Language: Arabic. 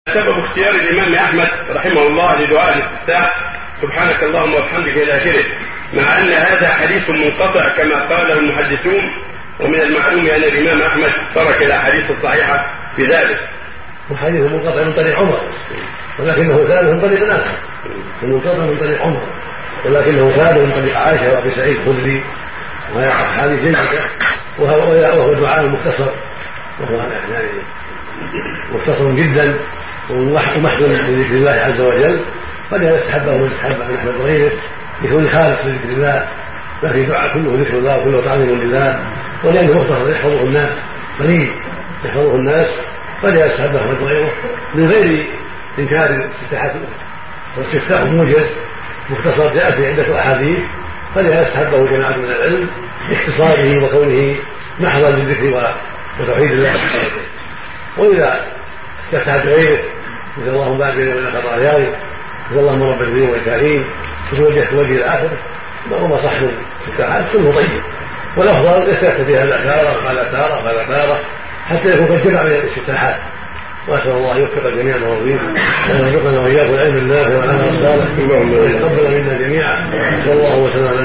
سبب اختيار الإمام أحمد رحمه الله لدعاء الاستفتاح سبحانك اللهم وبحمدك إلى آخره، مع أن هذا حديث منقطع كما قاله المحدثون، ومن المعلوم أن الإمام أحمد ترك الأحاديث الصحيحة في ذلك. الحديث منقطع من طريق عمر ولكنه ثابت من طريق آخر، المنقطع من طريق عمر ولكنه ثابت من طريق عائشة وأبي سعيد الخدري، وهي أحاديث جيدة، وهو دعاء مختصر، وهو يعني مختصر جدا ومحض لذكر الله عز وجل، فلهذا استحبه من استحب من أحمد وغيره يكون خالص لذكر الله، ما في دعاء كله ذكر الله وكله تعظيم لله، ولأنه مختصر يحفظه الناس قليل يحفظه الناس، فلهذا استحبه أحمد وغيره من غير إنكار الاستفتاحات، والاستفتاح موجز مختصر جاء في عدة أحاديث، فلهذا استحبه جماعة من العلم باختصاره وكونه محضا للذكر وتوحيد الله. وإذا استفتحت غيره مثل اللهم بارك لي وبين خطاياي، مثل اللهم رب العالمين والكريم، وتوجهت وجهي الآخر، وما صح من الاستفتاحات كله طيب، والأفضل يستفتح بها تارة وقال تارة وقال تارة حتى يكون قد جمع بين الاستفتاحات. وأسأل الله يوفق جميع الموظفين ويرزقنا وإياكم العلم النافع والعمل الصالح ويتقبل منا جميعا. صلى الله وسلم